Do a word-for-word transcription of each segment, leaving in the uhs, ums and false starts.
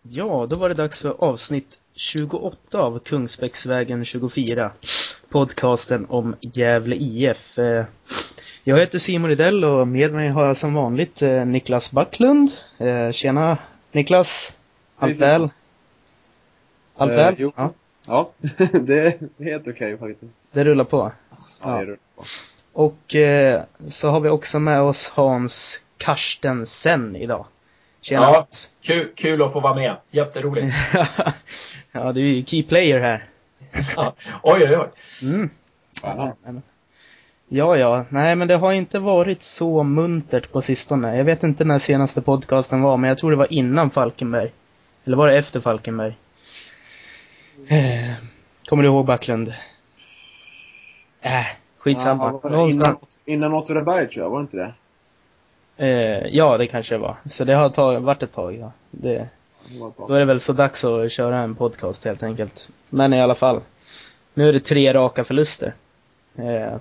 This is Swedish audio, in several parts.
Ja, då var det dags för avsnitt tjugoåtta av Kungsbäcksvägen tjugofyra. Podcasten om Gävle I F. Jag heter Simon Rydell och med mig har jag som vanligt Niklas Backlund. Tjena Niklas, allt väl? Allt uh, väl? Jo. Ja, ja. det är helt okej okay, faktiskt. Det rullar på. Ja, ja. Det rullar på. Och eh, så har vi också med oss Hans Karstensen idag. Tjena. Ja, kul, kul att få vara med. Jätteroligt. Ja, du är ju key player här. Ja, oj, oj, oj. Mm. Ja, ja, ja. Nej, men det har inte varit så muntert på sistone. Jag vet inte när senaste podcasten var, men jag tror det var innan Falkenberg. Eller var det efter Falkenberg? Kommer du ihåg Backlund? Äh, skitsamma. Ja, var innan, innan Åtvidaberg tror jag, var det inte det? Eh, ja, det kanske det var. Så det har tag, varit ett tag, ja. Det, då är det väl så dags att köra en podcast helt enkelt. Men i alla fall. Nu är det tre raka förluster. Eh,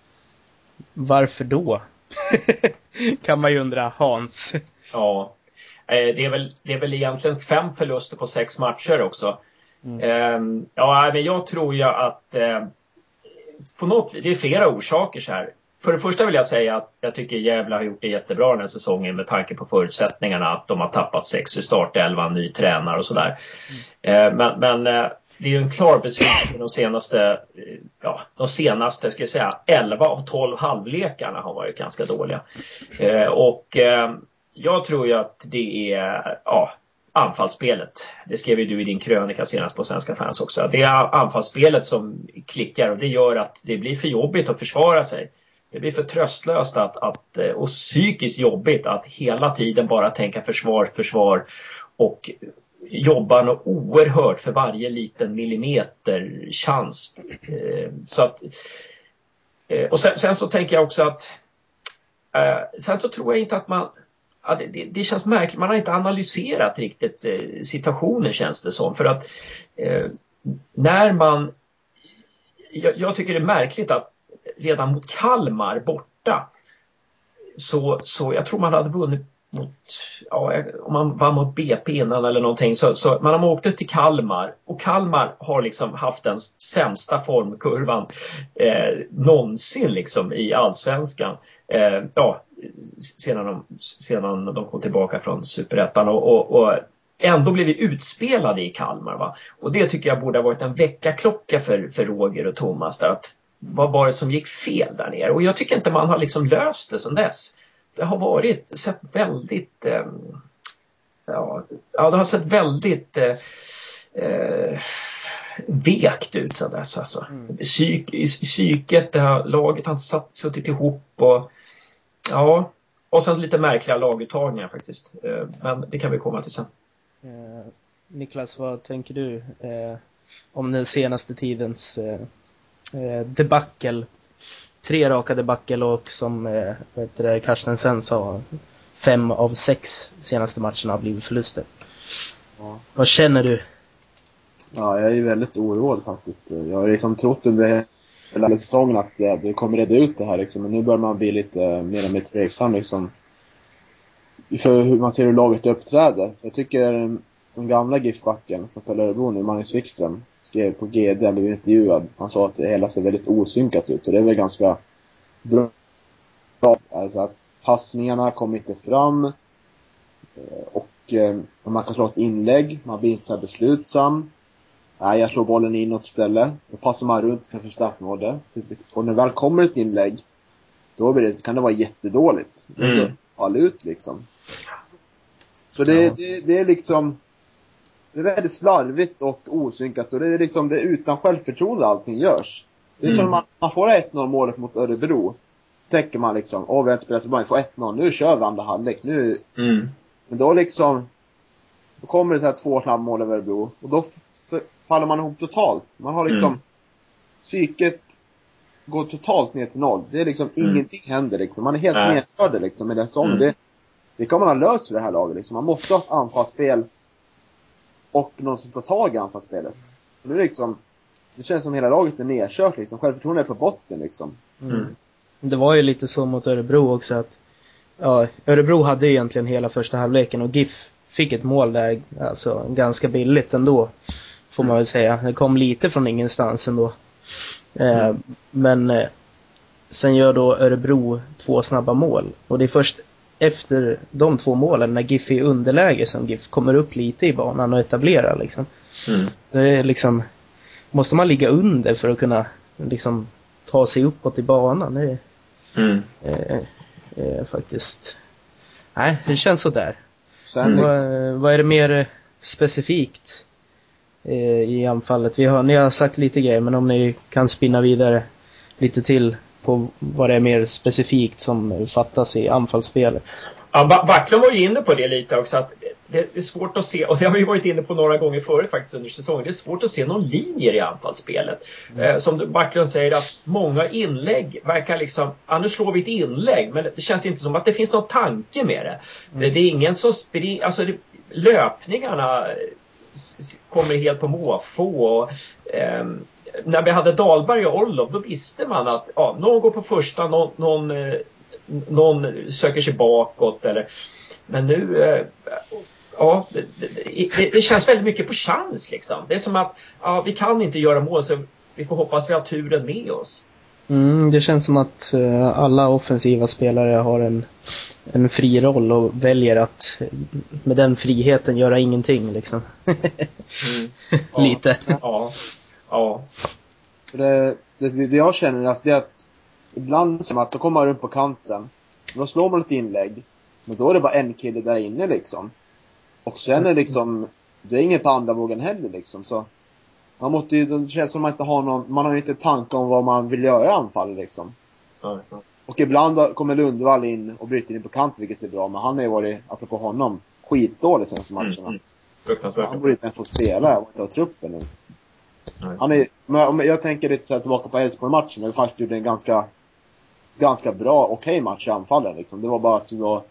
varför då? Kan man ju undra, Hans. Ja, det är väl, det är väl egentligen fem förluster på sex matcher också. Mm. Eh, ja, men jag tror ju att eh, på något, det är flera orsaker så här. För det första vill jag säga att jag tycker Gävle har gjort det jättebra den här säsongen med tanke på förutsättningarna, att de har tappat sex i startelvan, ny tränare och sådär. Mm. Men, men det är ju en klar besvikelse de senaste, ja, de senaste ska jag säga, elva av tolv halvlekarna har varit ganska dåliga. Och jag tror ju att det är, ja, anfallsspelet. Det skrev ju du i din krönika senast på Svenska Fans också. Det är anfallsspelet som klickar och det gör att det blir för jobbigt att försvara sig. Det blir för tröstlöst att, att, och psykiskt jobbigt att hela tiden bara tänka försvar, försvar och jobba något oerhört för varje liten millimeter chans. Så att, och sen, sen så tänker jag också att sen så tror jag inte att man, ja, det, det, det känns märkligt, man har inte analyserat riktigt situationen, känns det som. För att när man, jag, jag tycker det är märkligt att redan mot Kalmar borta så, så jag tror man hade vunnit mot, ja, om man vann mot B P innan eller någonting, så, så man har åkt till Kalmar och Kalmar har liksom haft den sämsta formkurvan eh, någonsin liksom i Allsvenskan eh, ja, sedan de, sedan de kom tillbaka från Superettan och, och, och ändå blev vi utspelade i Kalmar, va? Och det tycker jag borde ha varit en väckarklocka för, för Roger och Thomas där, att vad var det som gick fel där nere? Och jag tycker inte man har liksom löst det sedan dess. Det har varit sett väldigt eh, ja, ja, det har sett väldigt eh, eh, vekt ut sedan dess alltså. Mm. Psyk, i, psyket, det här laget har satt, suttit ihop och ja, och sen lite märkliga laguttagningar faktiskt. Eh, men det kan vi komma till sen. Eh, Niklas, vad tänker du eh, om den senaste tidens eh, debacle, tre raka debacle och som eh, vad heter det, Karstensen sa, fem av sex senaste matcherna har blivit förluster. Ja. Vad känner du? Ja, jag är ju väldigt oroad faktiskt. Jag har liksom trott under hela säsongen att ja, det kommer reda ut det här liksom, men nu börjar man bli lite mer och mer tveksam liksom för hur man ser hur laget uppträder. Jag tycker den gamla GIF-backen som spelar Örebro nu, Magnus Wikström, skrev på G D, han blev intervjuad. Han sa att det hela ser väldigt osynkat ut och det är väl ganska bra. Alltså att passningarna kommer inte fram och man kan slå ett inlägg, man blir inte så här beslutsam. Nej, jag slår bollen inåt istället. Då passar man runt för straffområdet. Och när väl kommer ett inlägg, då blir det, kan det vara jättedåligt. Det mm. faller ut liksom. Så det, ja. det, det är liksom, det är väldigt slarvigt och osynkat. Och det är liksom, det är utan självförtroende allting görs. Det är mm. som man, man får ett noll målet mot Örebro. Tänker man liksom, åh vi har inte spelat så bra, vi får ett noll, nu kör vi andra halvlek. Nu. Mm. Men då liksom, då kommer det så här två snabbmål över Örebro. Och då f- faller man ihop totalt. Man har liksom, mm. psyket går totalt ner till noll. Det är liksom, mm. ingenting händer liksom. Man är helt äh. nedstörd liksom med den sången. Mm. Det, det kan man ha löst för det här laget liksom. Man måste ha ett anfallsspel och någon som tar tag i anfallsspelet. Det är liksom, det känns som hela laget är nedkört liksom. Självförtroende är på botten liksom. Mm. Det var ju lite så mot Örebro också att ja, Örebro hade egentligen hela första halvleken och GIF fick ett mål där, alltså ganska billigt ändå, får man väl säga. Det kom lite från ingenstans ändå. Eh, mm. Men eh, sen gör då Örebro två snabba mål. Och det är först efter de två målen, när GIF är i underläge, som GIF kommer upp lite i banan och etablerar liksom. Mm. Så det är liksom, måste man ligga under för att kunna liksom ta sig uppåt i banan. Det är, mm. eh, eh, faktiskt, nej, det känns så där. Sen, liksom. vad, vad är det mer specifikt eh, i anfallet? Vi har, ni har sagt lite grejer, men om ni kan spinna vidare lite till på vad det är mer specifikt som fattas i anfallsspelet. Ja, Backlund var ju inne på det lite också, att det är svårt att se, och det har vi varit inne på några gånger förut faktiskt under säsongen, det är svårt att se någon linje i anfallsspelet. Mm. Eh, som Backlund säger, att många inlägg verkar liksom, ja, nu slår vi ett inlägg, men det känns inte som att det finns någon tanke med det. Mm. Det är ingen som springer, alltså det, löpningarna kommer helt på måfå, och eh, när vi hade Dahlberg och Orlov, då visste man att ja, någon går på första, någon, någon, eh, någon söker sig bakåt, eller, men nu eh, ja, det, det, det känns väldigt mycket på chans liksom. Det är som att ja, vi kan inte göra mål, så vi får hoppas vi har turen med oss. Mm, det känns som att uh, alla offensiva spelare har en, en fri roll och väljer att med den friheten göra ingenting liksom. mm. ja, Lite. Ja. Ja. Det, det, det jag känner är att det är att ibland som att då kommer man runt på kanten, då slår man ett inlägg, men då är det bara en kille där inne liksom. Och sen är liksom, det är ingen på andra vågen heller liksom, så man måste ju, det känns som att man inte har någon, man har ju inte tankar om vad man vill göra i anfall liksom. Mm. Och ibland kommer Lundvall in och bryter in på kanten, vilket är bra, men han har ju varit, apropå honom, skitdålig senaste matcherna. Mm. Han borde inte ens få spela och inte ha truppen ens. Mm. Han är, men jag tänker lite så här tillbaka på Elfsborg-matchen, där vi faktiskt gjorde en ganska ganska bra, okej okay match i anfallen liksom. Det var bara att det var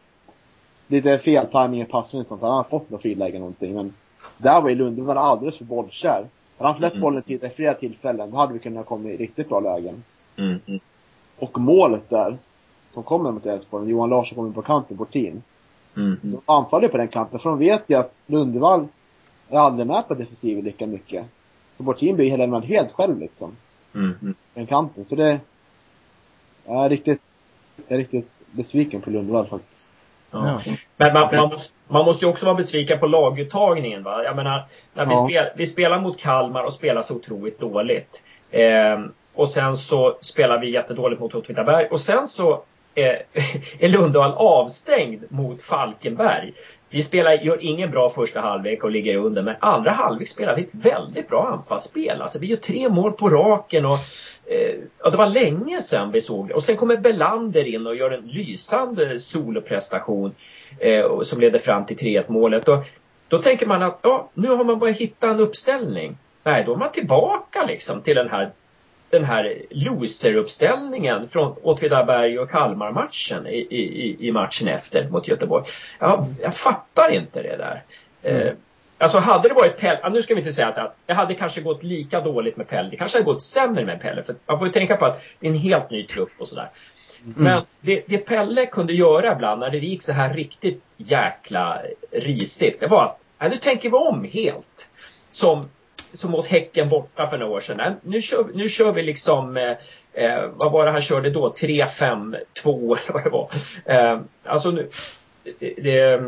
lite fel timing i passningen, sånt. Han hade fått något friläge någonting, men där var ju Lundvall alldeles för bollkär. Han hade släppt mm. bollen till flera tillfällen, då hade vi kunnat komma i riktigt bra lägen. Mm. Mm. Och målet där som kommer mot Elfsborg, Johan Larsson kommer på kanten på team. Mm. De anfaller på den kanten, för de vet ju att Lundvall är aldrig med på defensiven lika mycket. Så vår team blir hela tiden helt själv liksom. Mm. Mm. Den kanten, så det jag är riktigt jag är riktigt besviken på Lundvall faktiskt. Ja. Men man, man, måste, man måste ju också vara besviken på laguttagningen, va? Jag menar, när vi, ja. spel, vi spelar mot Kalmar och spelar så otroligt dåligt. Eh, och sen så spelar vi jättedåligt mot Åtvidaberg. Och sen så eh, är Lundvall avstängd mot Falkenberg. Vi spelar, gör ingen bra första halvlek och ligger under, men andra halvlek spelar vi ett väldigt bra anfallsspel. Alltså vi gör tre mål på raken, och eh, ja, det var länge sedan vi såg det. Och sen kommer Belander in och gör en lysande soloprestation eh, som leder fram till tre ett målet. Och då tänker man att ja, nu har man börjat hitta en uppställning. Nej, då är man tillbaka liksom till den här den här loser-uppställningen från Åtvidaberg och Kalmar-matchen i, i, i matchen efter mot Göteborg. Jag, jag fattar inte det där. Mm. Eh, alltså hade det varit Pelle, nu ska vi inte säga att det hade kanske gått lika dåligt med Pelle. Det kanske hade gått sämre med Pelle, för man får ju tänka på att det är en helt ny trupp och sådär. Mm. Men det, det Pelle kunde göra ibland när det gick så här riktigt jäkla risigt, det var att ja, nu tänker vi om helt. Som som mot Häcken borta för några år sedan. Nu kör, nu kör vi liksom eh, vad var det han körde då? tre fem två eller vad det var. Eh, alltså nu det, det,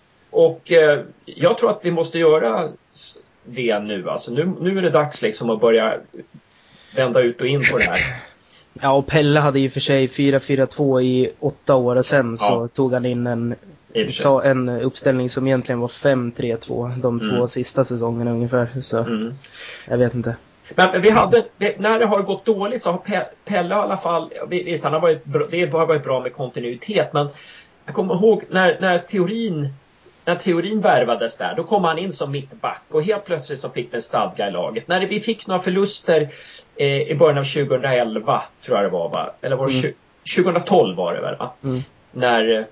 och eh, jag tror att vi måste göra det nu. Alltså nu, nu är det dags liksom att börja vända ut och in på det här. Ja, och Pelle hade ju för sig fyra fyra två i åtta år, och sen ja. så tog han in en sa en uppställning som egentligen var fem tre två de mm. två sista säsongerna ungefär, så mm. jag vet inte. Men vi hade, när det har gått dåligt så har Pelle i alla fall, visst han har varit bra, det har varit bra med kontinuitet, men jag kommer ihåg när, när teorin när teorin värvades där, då kom han in som mittback och helt plötsligt så fick vi en stadga i laget. När vi fick några förluster eh, i början av tjugoelva tror jag det var, va? Eller var det mm. tjugotolv var det väl, va? Mm. När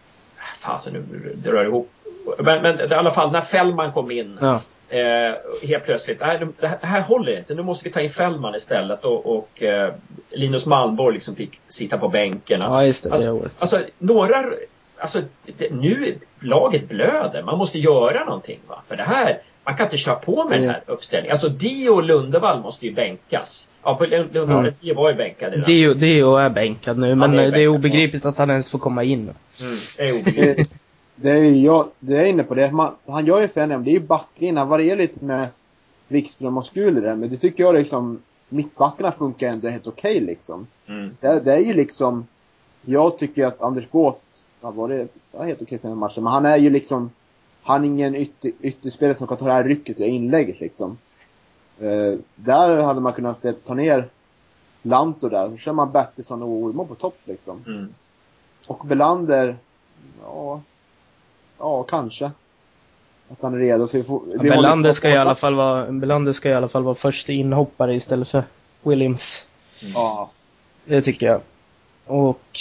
fan så nu drar det ihop. Men, men i alla fall när Fällman kom in ja. eh, helt plötsligt, nej, det här, det här håller inte, nu måste vi ta in Fällman istället, och, och eh, Linus Malmborg liksom fick sitta på bänken. Ja, just det, alltså, det alltså några alltså det, nu laget blöder. Man måste göra någonting, va? För det här, man kan inte köra på med mm. den här uppställningen. Alltså Dio och Lundevall måste ju bänkas. Ja, på Lundevall, mm. Dio var ju bänkad redan. Dio, Dio är bänkad nu, men ja, det, är det är obegripligt ja. att han ens får komma in. Mm, det är obegripligt. Det är ju jag, det är inne på det. Man, han gör ju för det är ju backlinjen. Han varierar lite med Wikström och Skule där. Men det tycker jag liksom, mittbackarna funkar ändå helt okej okay, liksom. Mm. Det, det är ju liksom, jag tycker att Anders Båth, ja, var det ja, helt okej sen matchen. Men han är ju liksom, han är ingen ytter, ytterspelare som kan ta det här rycket i inlägget liksom. Uh, där hade man kunnat ta ner Lanto där. Så kör man Bertilsson och Ormo på topp liksom. Mm. Och Belander, ja... Ja, kanske. Att han är redo. Så vi får, vi ja, Belander, ska i alla fall vara, Belander ska i alla fall vara första inhoppare istället för Williams. Mm. Ja. Det tycker jag. Och,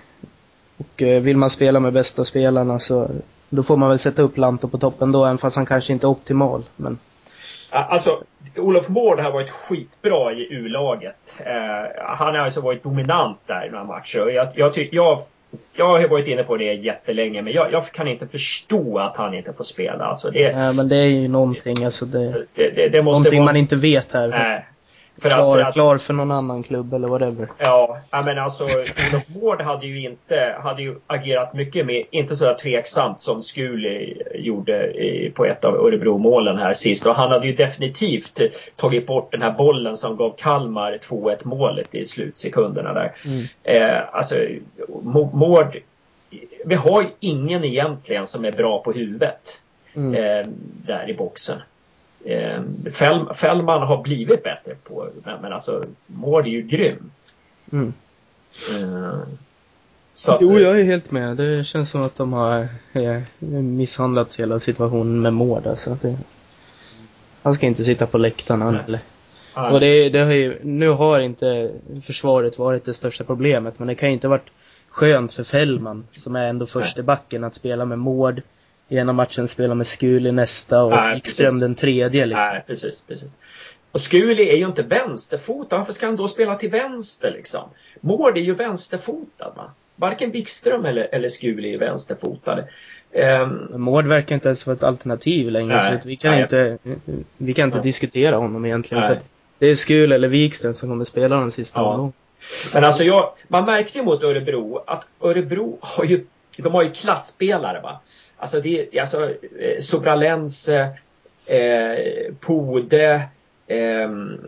och vill man spela med bästa spelarna så då får man väl sätta upp Lanto på toppen då, även fast han kanske inte är optimal. Men... Alltså, Olof Mård har varit skitbra i U-laget. Eh, han har alltså varit dominant där i några matcher. Jag, jag tycker... Jag Jag har varit inne på det jättelänge, men jag, jag kan inte förstå att han inte får spela. Alltså det, Nej, men det är ju någonting, alltså det, det, det, det måste någonting vara, man inte vet här. Nej, för klar, att, för klar för någon annan klubb eller whatever. Ja, men alltså Olof Mård hade ju inte hade ju agerat mycket mer, inte så där tveksamt som Skule gjorde i, på ett av Örebro-målen här sist. Och han hade ju definitivt tagit bort den här bollen som gav Kalmar två ett målet i slutsekunderna där. Mm. Eh, alltså Mård, vi har ju ingen egentligen som är bra på huvudet mm. eh, där i boxen. Eh, Fäll, Fällman har blivit bättre på, men, men alltså Mård är ju grym. Mm. Eh, så att, jo, jag är helt med. Det känns som att de har eh, misshandlat hela situationen med Mård. Alltså det, han ska inte sitta på läktarna eller. Och det, det har ju, nu har inte försvaret varit det största problemet, men det kan ju inte varit skönt för Fällman, som är ändå först i backen, att spela med Mård i ena matchen, spela med Skuli nästa och Nej, Wikström den tredje liksom. Nej, precis, precis. Och Skuli är ju inte vänsterfotad. Varför ska han då spela till vänster liksom? Mård är ju vänsterfotad, va? Varken Wikström eller, eller Skuli är vänsterfotade. Um, Mård verkar inte ens vara ett alternativ längre. Nej, så att vi kan nej, inte, vi kan inte nej. diskutera honom egentligen. För att det är Skuli eller Wikström som kommer spela den sista ja. gången. Men alltså jag, man märkte ju mot Örebro att Örebro har ju, de har ju klassspelare, va? Alltså det är alltså eh, Sobralense, eh, Pode, eh,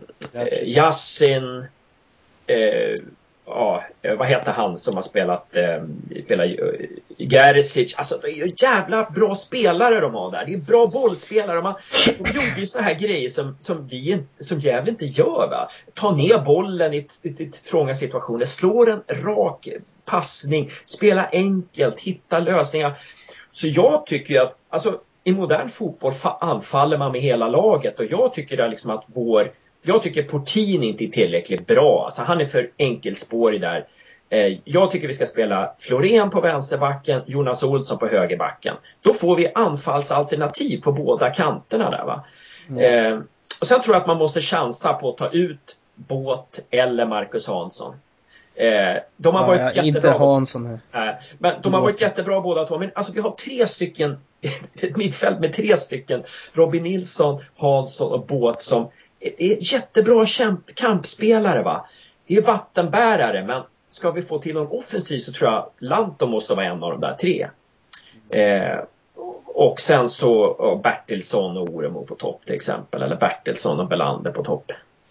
Yassin, eh, ja, vad heter han som har spelat eh, spelar, uh, Geresic. Alltså det är ju jävla bra spelare de har där. Det är bra bollspelare. Man, de gjorde ju såna här grejer som, som vi som Gävle inte gör, va? Ta ner bollen i, i, i, i trånga situationer. Slå en rak passning. Spela enkelt. Hitta lösningar. Så jag tycker ju att alltså, i modern fotboll anfaller man med hela laget. Och jag tycker det liksom att vår Jag tycker Portin inte är tillräckligt bra. Alltså han är för enkelspårig där. Eh, jag tycker vi ska spela Florén på vänsterbacken, Jonas Olsson på högerbacken. Då får vi anfallsalternativ på båda kanterna där, va? Mm. Eh, och sen tror jag att man måste chansa på att ta ut Båt eller Marcus Hansson. Eh, de har ja, varit ja, jättebra. Inte Hansson här. Eh, men de har varit jättebra båda två. Men alltså vi har tre stycken, ett mittfält med tre stycken. Robin Nilsson, Hansson och Båt som det är jättebra kämp- kampspelare, va? Det är vattenbärare, men ska vi få till en offensiv så tror jag Lanto måste vara en av de där tre. Eh, och sen så och Bertilsson och Oremo på topp till exempel. Eller Bertilsson och Belander på topp.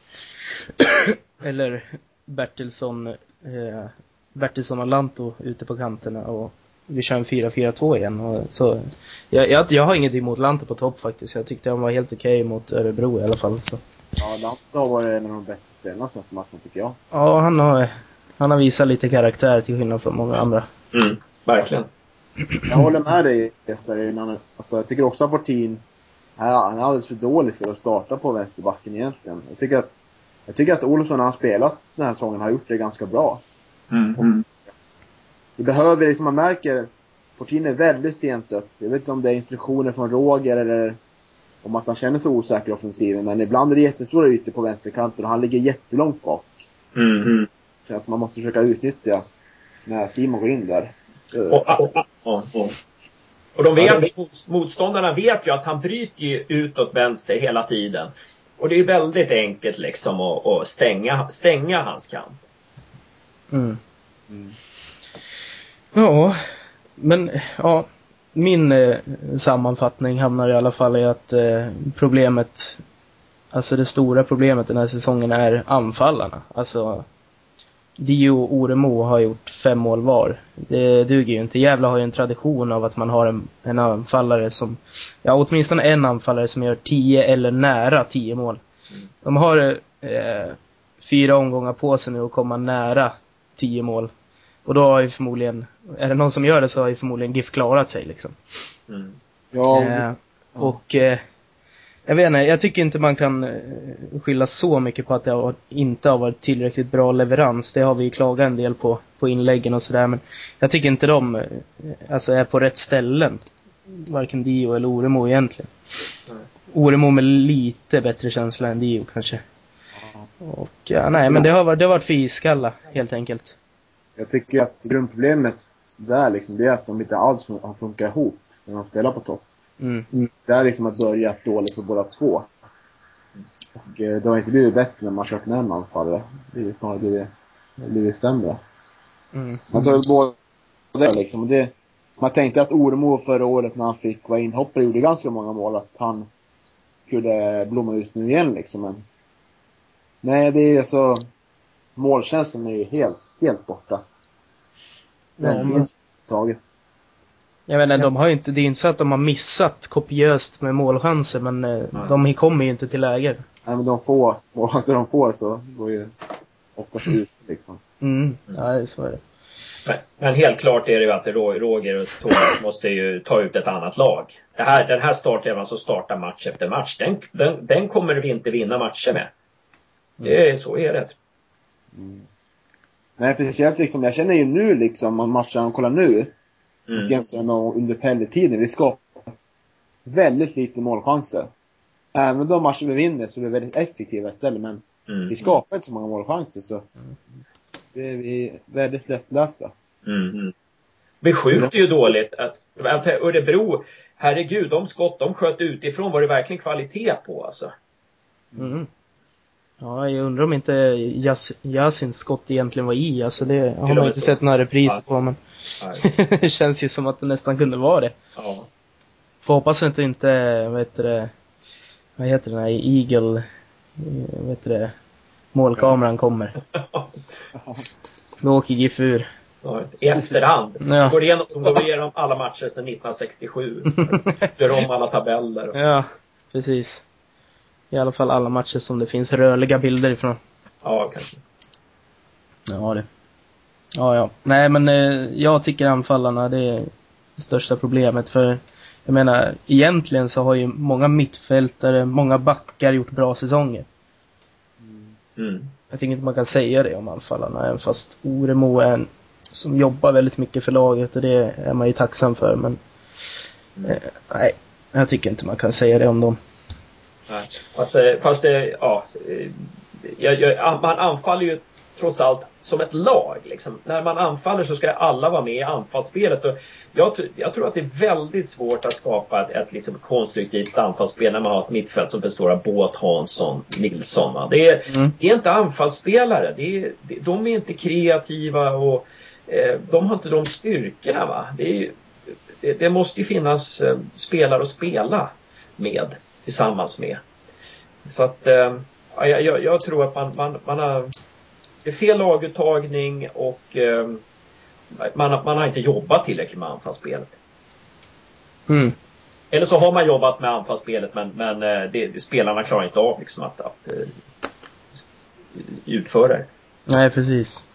Eller Bertilsson, eh, Bertilsson och Lanto ute på kanterna och vi kör en fyra fyra två igen. Och så, jag, jag, jag har inget emot Lanto på topp faktiskt. Jag tyckte han var helt okej okay mot Örebro i alla fall. Så. Ja, Lanto har varit en av de bättre spelarna sen matchen tycker jag. Ja, han har, han har visat lite karaktär till skillnad från många andra. Mm, verkligen. Jag håller med dig efter innan. Alltså, jag tycker också att Fortin han är alldeles för dålig för att starta på vänsterbacken egentligen. Jag tycker att jag tycker att Olsson när han spelat den här säsongen har gjort det ganska bra. Mm. Mm. Vi behöver liksom, man märker Fortin är väldigt sent upp. Jag vet inte om det är instruktioner från Roger eller om att han känner sig osäker i offensiven. Men ibland är det jättestora ytor på vänsterkanten och han ligger jättelångt bak. Mm. Så att man måste försöka utnyttja när Simon går in där. Och, och, Ja, ja. Och de vet, motståndarna vet ju att han bryter ju utåt vänster hela tiden. Och det är väldigt enkelt liksom att, att stänga, stänga hans kamp. Mm. Mm. Ja, men ja, min eh, sammanfattning hamnar i alla fall i att eh, problemet, alltså det stora problemet den här säsongen är anfallarna. Alltså Dio och Oremo har gjort fem mål var. Det duger ju inte. Gävle har ju en tradition av att man har en, en anfallare som, ja åtminstone en anfallare som gör tio eller nära tio mål. Mm. De har eh, fyra omgångar på sig nu att komma nära tio mål. Och då har ju förmodligen, är det någon som gör det så har ju förmodligen GIF klarat sig liksom. Mm. Ja. Eh, och eh, jag vet inte, jag tycker inte man kan skylla så mycket på att det har, inte har varit tillräckligt bra leverans. Det har vi klagat en del på, på inläggen och sådär. Men jag tycker inte de alltså, är på rätt ställen. Varken Dio eller Oremo egentligen. Mm. Oremo med lite bättre känsla än Dio kanske. Mm. Och ja, nej, men det har varit, det har varit för iskalla helt enkelt. Jag tycker att grundproblemet där liksom, det är att de inte alls har funkat ihop när de spelar på topp. Mm. Det är liksom att börja dåligt för båda två. Och eh, det har inte blivit bättre när man kört med en anfallare. Det är ju snarare blivit, blivit sämre. Mm. Man tar båda liksom. Och det, man tänkte att Oremo förra året när han fick vara inhoppare gjorde ganska många mål. Att han skulle blomma ut nu igen liksom. Men nej, det är så, målkänslan är ju helt, helt borta. Den är helt taget. Jag vet inte, de har ju inte, det är inte så att de har missat kopiöst med målchanser, men mm. de kommer ju inte till läger. Nej, men de får, målchanser de får så går ju oftast ut liksom. Mm, ja, det är så är det. Men, men helt klart är det ju att Roger och Thomas måste ju ta ut ett annat lag. Det här, den här startelvan som startar match efter match, den, den, den kommer vi inte vinna matcher med. Det är så är det. Mm. Nej, precis liksom, jag känner ju nu liksom, om matchen kollar nu, mm. jämfört med under pendeltiden, vi skapar väldigt lite målchanser. Även de matcher vi vinner så är vi väldigt effektiva istället, men mm. vi skapar inte så många målchanser, så det är vi väldigt lättlästa. Mm. Vi skjuter ju dåligt. Att, att Örebro, herregud, de skott de sköt utifrån var det verkligen kvalitet på alltså. Mm. Ja, jag undrar om inte Jas- Jasins skott egentligen var i. Alltså det har man inte så. Sett några repriser ja. på, men det känns ju som att det nästan kunde vara det. Ja. Får hoppas inte inte, vad heter det, vad heter den här Eagle, vad heter det, målkameran kommer. Då åker GIF ur. Ja, i efterhand. Ja. Går igenom, går igenom alla matcher sedan nittonhundrasextiosju. Gör om alla tabeller. Ja, precis. I alla fall alla matcher som det finns rörliga bilder ifrån. Ja, kanske. Ja, det. Ja, ja. Nej, men eh, jag tycker anfallarna det är det största problemet. För jag menar, egentligen så har ju många mittfältare, många backar gjort bra säsonger. Mm. Jag tycker inte man kan säga det om anfallarna. Även fast Oremo är en som jobbar väldigt mycket för laget. Och det är man ju tacksam för. Men eh, nej, jag tycker inte man kan säga det om dem. Nej. Fast, fast det, ja, jag, jag, man anfaller ju trots allt som ett lag liksom. När man anfaller så ska alla vara med i anfallsspelet, och jag, jag tror att det är väldigt svårt att skapa ett, ett liksom konstruktivt anfallsspel när man har ett mittfält som består av Båt, Hansson, Nilsson. Det är, mm. det är inte anfallsspelare, det är, det, de är inte kreativa och eh, de har inte de styrkorna va. Det, är, det, det måste ju finnas eh, spelare att spela med tillsammans med. Så att eh, jag, jag, jag tror att man, man, man har det är fel laguttagning och eh, man, man har inte jobbat tillräckligt med anfallsspelet. Mm. Eller så har man jobbat med anfallsspelet men, men eh, det, spelarna klarar inte av liksom att, att eh, utföra det. Nej, precis.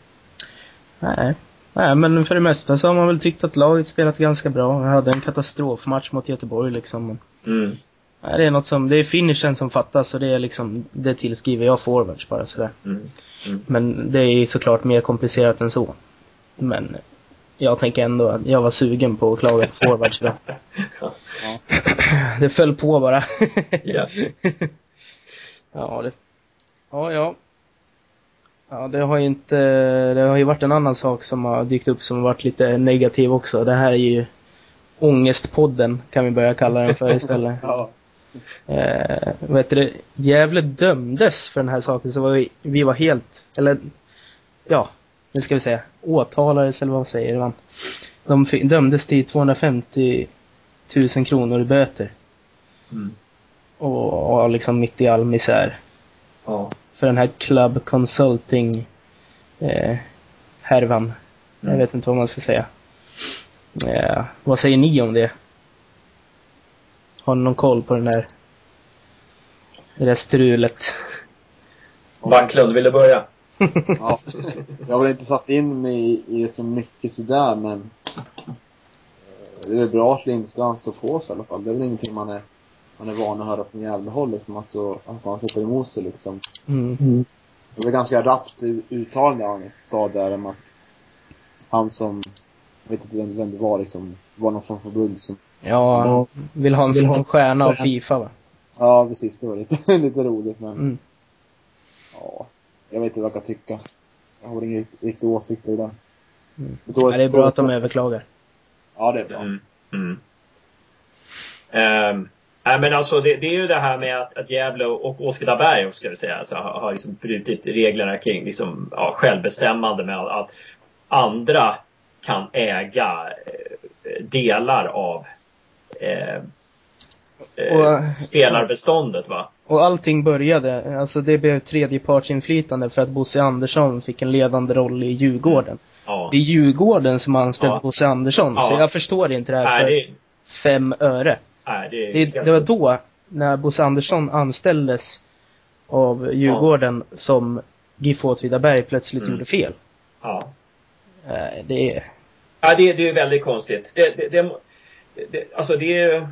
Nej. Nej, men för det mesta så har man väl tyckt att laget spelat ganska bra. Jag hade en katastrofmatch mot Göteborg liksom. Mm. Nej, det är något som, det är finishen som fattas och det är liksom, det tillskriver jag forwards bara sådär. Mm. Mm. Men det är såklart mer komplicerat än så. Men jag tänker ändå att jag var sugen på att klaga forwards då. Ja. Det föll på bara. Yeah. Ja, det. Ja, ja. Ja, det har ju inte, det har ju varit en annan sak som har dykt upp som har varit lite negativ också. Det här är ju Ångestpodden, kan vi börja kalla den för istället. Ja. Eh, vad heter det? Gävle dömdes för den här saken, så var vi, vi var helt, eller ja, det ska vi säga, åtalades eller vad säger man. De fick, dömdes till tvåhundrafemtio tusen kronor i böter. Mm. Och, och liksom mitt i all misär. Ja. För den här Club Consulting eh, härvan. Mm. Jag vet inte vad man ska säga. Eh, vad säger ni om det? Har ni någon koll på den där det där strulet? Backlund, vill du börja? Ja, jag har väl inte satt in mig i det så mycket sådär, men det är bra att Lindstrand står på sig i alla fall. Det är väl ingenting man är, man är van att höra från jävla håll liksom, alltså, att man sätter emot sig liksom. Mm. Mm. Det var ganska rappt uttalande han sa där om att han som, jag vet inte vem det var liksom, var någon från förbund som... Ja, han vill ha en, vill ha en stjärna av FIFA, va? Ja, precis, det var lite, lite roligt, men mm. ja, jag vet inte vad jag kan tycka. Jag har ingen riktig åsikt i det där. Mm. Ja, det är bra att de överklagar. Ja, det är bra. Mm. Mm. Um, nej, men alltså det, det är ju det här med att, att Gävle och Åtvidaberg, ska vi säga, alltså, har, har liksom brutit reglerna kring liksom, ja, självbestämmande med att, att andra kan äga eh, delar av eh, och, spelarbeståndet, va? Och allting började, alltså det blev tredjepartsinflytande för att Bosse Andersson fick en ledande roll i Djurgården. Ja. Det är Djurgården som har anställt ja. Bosse Andersson, ja. Så jag förstår inte det här Nej, för det... fem öre. Nej, det, är det, det var då, när Bosse Andersson anställdes av Djurgården, ja. Som GIF Åtvidaberg plötsligt mm. gjorde fel. Ja. Det är... Ja, det, det är väldigt konstigt. Det, det, det, det, alltså det är...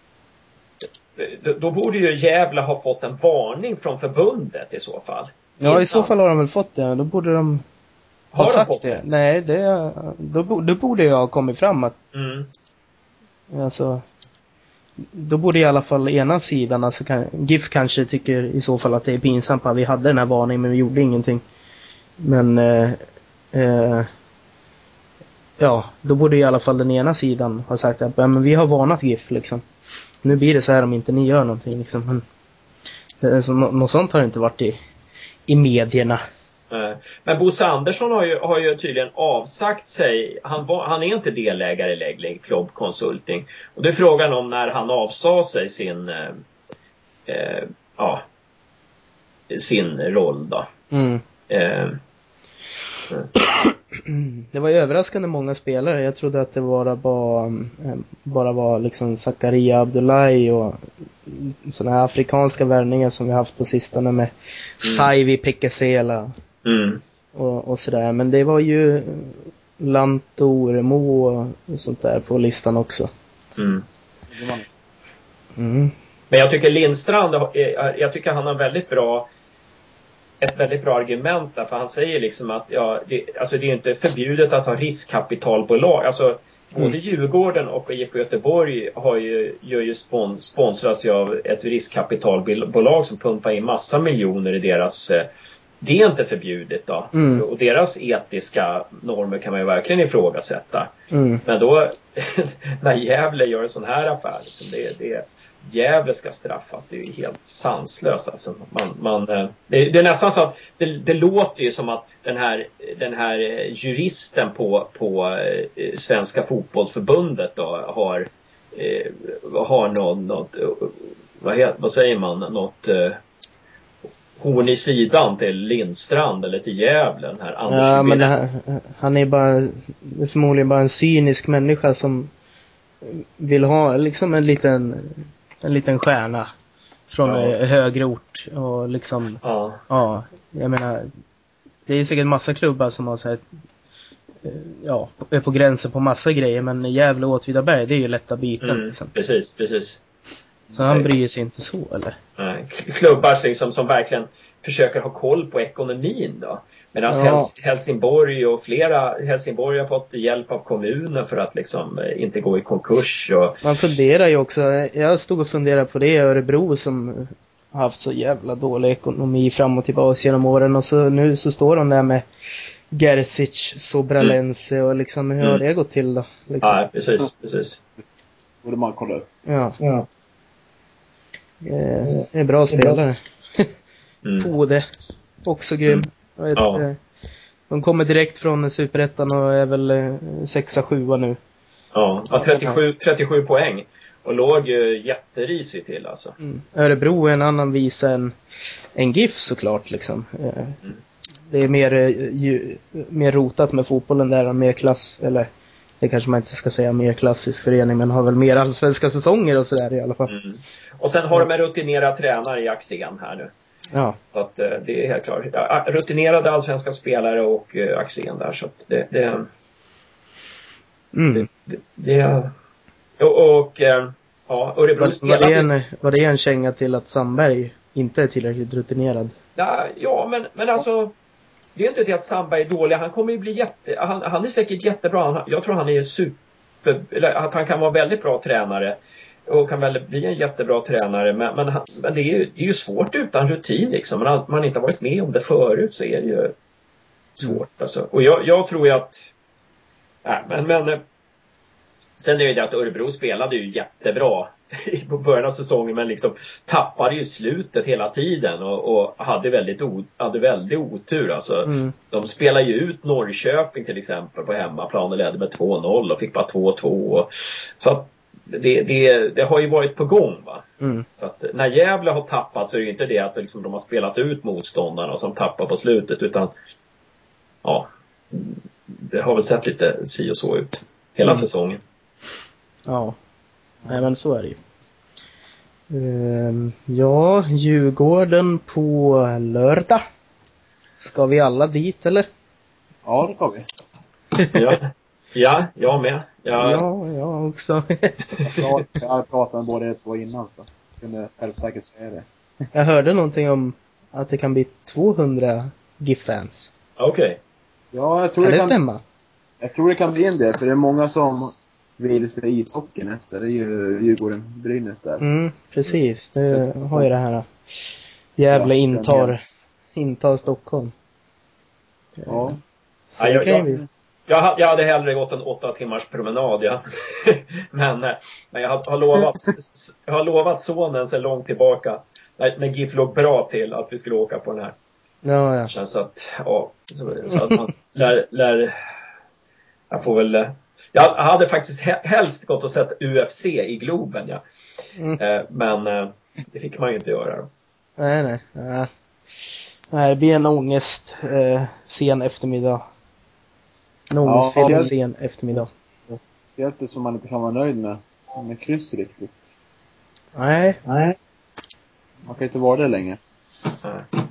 Då borde ju Gävle ha fått en varning från förbundet i så fall. Ja, innan. I så fall har de väl fått det. Då borde de ha har sagt de fått det. det. Nej, det då, då borde jag ha kommit fram att mm. alltså då borde i alla fall ena sidan, alltså kan, GIF kanske tycker i så fall att det är pinsamt att vi hade den här varningen men vi gjorde ingenting. Men eh, eh, ja, då borde i alla fall den ena sidan ha sagt att men vi har varnat GIF liksom. Nu blir det så här om inte ni gör någonting liksom. Men det, så, något sånt har inte varit i, i medierna. Men Bosse Andersson har ju, har ju tydligen avsagt sig. Han, var, han är inte delägare i Läggling Club Consulting. Och det är frågan om när han avsade sig sin eh, eh, ja, sin roll då. Mm. Eh, Det var överraskande många spelare. Jag trodde att det bara var bara var liksom Zakaria Abdullahi och såna här afrikanska värvningar som vi haft på sistone med mm. Saivi Pekesela mm. och, och sådär. Men det var ju Lantoremo och sånt där på listan också. Mm. Mm. Men jag tycker Lindstrand, jag tycker han har väldigt bra ett väldigt bra argument där, för han säger liksom att ja, det, alltså det är inte förbjudet att ha riskkapitalbolag. Alltså mm. både Djurgården och I F K Göteborg har ju, gör ju spon, sponsras ju av ett riskkapitalbolag som pumpar in massa miljoner i deras... Det är inte förbjudet då. Mm. Och deras etiska normer kan man ju verkligen ifrågasätta. Mm. Men då, när Gävle gör en sån här affär, liksom det, det Gävle ska straffas, det är ju helt sanslöst alltså. man, man, det, det är nästan så att det, det låter ju som att den här, den här juristen på, på Svenska fotbollsförbundet då har har något, något vad, heter, vad säger man något horn i sidan till Lindstrand eller till Gävle, den här Anders. Ja, men det här, han är bara förmodligen bara en cynisk människa som vill ha liksom en liten en liten stjärna från ja. högre ort och liksom ja. ja, jag menar det är säkert massa klubbar som har så här, ja, är på gränsen på massa grejer, men Gävle och Åtvidaberg, det är ju lätta biten mm, liksom. Precis, precis. Så han bryr sig inte så, eller? Nej, klubbar liksom, som verkligen försöker ha koll på ekonomin då. Medan ja. Hels- Helsingborg och flera Helsingborg har fått hjälp av kommunen för att liksom inte gå i konkurs. Och... Man funderar ju också, jag stod och funderade på det i Örebro som har haft så jävla dålig ekonomi fram och tillbaka genom åren. Och så nu så står de där med Gerzic, Sobralense mm. och liksom hur har det gått till då? Liksom. Ja, precis, precis. Borde man kolla upp. Ja. ja. Det är bra spelare. Mm. Fode, också grym. Jag vet, ja. De kommer direkt från Superettan och är väl sexa sjua nu. Ja, trettiosju, trettiosju poäng. Och låg ju jätterisigt till alltså. Mm. Örebro är en annan visa än, än GIF såklart liksom. Mm. Det är mer, ju, mer rotat med fotbollen där, mer klass, eller det kanske man inte ska säga mer klassisk förening, men har väl mer allsvenska säsonger och sådär i alla fall. Mm. Och sen har de en rutinerad tränare i Axén här nu. Ja. Så att det är helt klart. Rutinerade allsvenska spelare och Axén där, så att det... det, mm. det, det, det och, och ja, Örebro var, det en, var det en känga till att Sandberg inte är tillräckligt rutinerad? Ja, ja men, men alltså det är inte det att Sandberg är dålig. Han kommer ju bli jätte... Han, han är säkert jättebra. Jag tror han är super... Eller att han kan vara väldigt bra tränare. Och kan väl bli en jättebra tränare. Men, men, men det, är ju, det är ju svårt utan rutin liksom. Men man inte har varit med om det förut så är det ju svårt. Mm. Alltså. Och jag, jag tror ju att... Nej, men... men sen är det ju det att Örebro spelade ju jättebra på början av säsongen, men liksom tappade ju slutet hela tiden och, och hade väldigt o, hade väldigt otur alltså. Mm. De spelade ju ut Norrköping till exempel på hemmaplan och ledde med två noll och fick bara två två. Så att det, det, det har ju varit på gång va. Mm. Så att när Gävle har tappat så är det ju inte det att liksom de har spelat ut motståndarna som tappar på slutet, utan ja, det har väl sett lite si och så ut hela mm. säsongen. Ja, nej men så är det ju. Ehm, ja, Djurgården på lördag. Ska vi alla dit eller? Ja, det ska vi. ja. ja, jag med. Jag... Ja, jag också. jag, jag har pratat med båda er två innan så jag kunde självsäkert säga det. Jag hörde någonting om att det kan bli tvåhundra GIF-fans. Okej. Okay. Ja, jag tror kan det det kan stämma? Jag tror det kan bli en del, för det är många som vill se ishockey nästa. Det är ju Djurgården Brynäs där. Mm, precis. Det har ju det här. Gävle ja, intar, intar Stockholm. Ja. Så ja, jag, kan vi... jag, jag hade hellre gått en åtta timmars promenad. Ja. men, men jag har, har lovat jag har lovat sonen sedan långt tillbaka. När GIF låg bra till att vi skulle åka på den här. Ja, ja. Det känns att, ja, så, så att man lär, lär... Jag får väl... Jag hade faktiskt helst gått och sett U F C i Globen, ja. Mm. Eh, men eh, det fick man ju inte göra då. Nej, nej. Ja. Nej, det blir en ångest eh, sen eftermiddag. En ångestfylld ja, sen eftermiddag. Det är det som man inte kan vara nöjd med. Med kryss riktigt. Nej. Nej. Man kan inte vara det länge. Nej.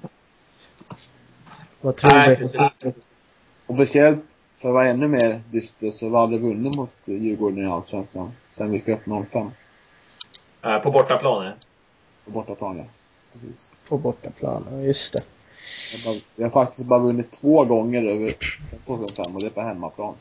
Vad tror nej, du? Precis. Och speciellt för att vara ännu mer dyster så var det vunnit mot Djurgården i Allsvenskan. Sen vi fick upp noll fem. Äh, på bortaplan, På bortaplan, ja. Precis. På bortaplan, ja, just det. Jag har, jag har faktiskt bara vunnit två gånger över tjugohundrafem och det är på hemmaplan.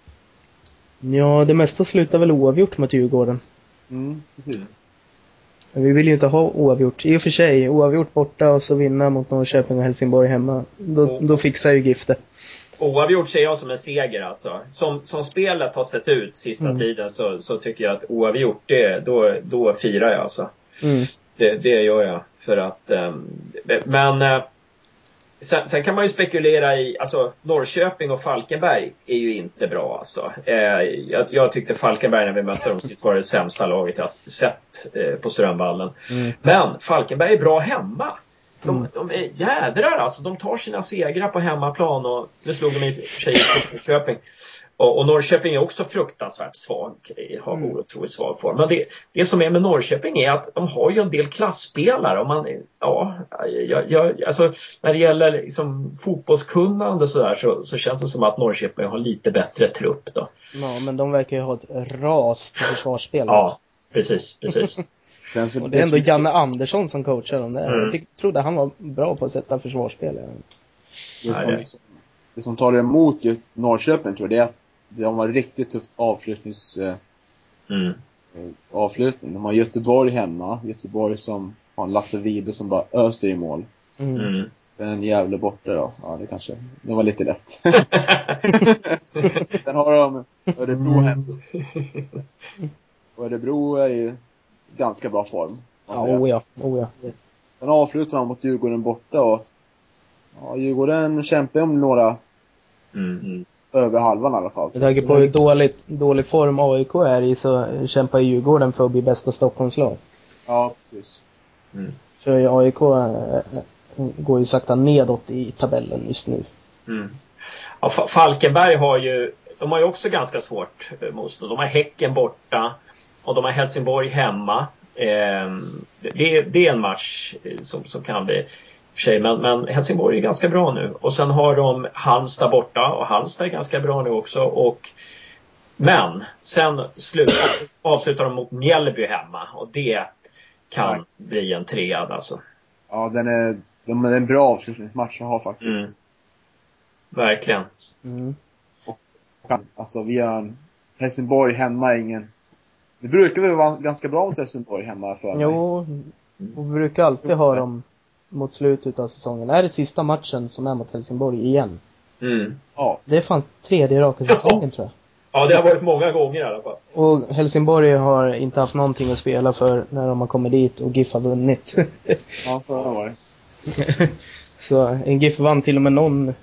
Ja, det mesta slutar väl oavgjort mot Djurgården. Mm, precis. Men vi vill ju inte ha oavgjort. I och för sig, oavgjort borta och så vinna mot Norrköping och Helsingborg hemma. Då, oh. då fixar ju giftet. Oavgjort ser jag som en seger alltså. Som, som spelet har sett ut sista mm. tiden så, så tycker jag att oavgjort, det, då, då firar jag alltså. Mm. Det, det gör jag. För att, um, men uh, sen, sen kan man ju spekulera i, alltså Norrköping och Falkenberg är ju inte bra alltså. Uh, jag, jag tyckte Falkenberg när vi mötte dem sist var det sämsta laget jag sett uh, på Strömvallen. Mm. Men Falkenberg är bra hemma. De, mm. de är jädrar alltså. De tar sina segrar på hemmaplan och det slog de i och för sig i Norrköping. Och, och Norrköping är också fruktansvärt svag. Har mm. otroligt svag form. Men det, det som är med Norrköping är att de har ju en del klassspelare. Och man, ja, jag, jag, alltså, när det gäller liksom fotbollskunnande så, där, så, så känns det som att Norrköping har lite bättre trupp då. Ja, men de verkar ju ha ett ras till försvarsspel. Ja, precis, precis. Och det är ändå Janne Andersson som coachar dem där. Mm. Jag tyck, trodde han var bra på att sätta försvarsspel. Det som, det som, det som talar emot Norrköping tror jag det är att de var riktigt tufft avflyttnings eh, mm. avslutning. De har Göteborg hemma. Göteborg som har en Lasse Vibe som bara öser i mål. Mm. En jävla borta då. Ja, det kanske. Det var lite lätt. Sen har de Örebro hem. Och Örebro är i ganska bra form. Ja, oh ja, oh ja. Sen avslutar de mot Djurgården borta och ja, Djurgården kämpar om några Mm. över halvan i alla fall. Med tanke på hur dålig, dålig form A I K är i så kämpar Djurgården för att bli bästa Stockholmslag. Ja, precis. Mm. För A I K äh, går ju sakta nedåt i tabellen just nu. Mm. Ja, Falkenberg har ju, de har ju också ganska svårt motstånd. De har Häcken borta och de har Helsingborg hemma. Eh, det, det är en match som, som kan bli för sig, men, men Helsingborg är ganska bra nu. Och sen har de Halmstad borta och Halmstad är ganska bra nu också. Och, men sen slut, avslutar de mot Mjällby hemma och det kan Nej. bli en tread alltså. Ja, den är, de är en bra avslutningsmatch att ha faktiskt. Mm. Verkligen. Mm. Och, alltså vi har en Helsingborg hemma är ingen. Det brukar väl vara ganska bra mot Helsingborg hemma för mig. Jo, vi brukar alltid ha dem mot slutet av säsongen. Det är det sista matchen som är mot Helsingborg igen. Mm. Ja. Det är fan tredje raka säsongen tror jag. Ja, det har varit många gånger i alla fall. Och Helsingborg har inte haft någonting att spela för när de har kommit dit och GIF har vunnit. Ja, förra var det. Så en GIF vann till och med någon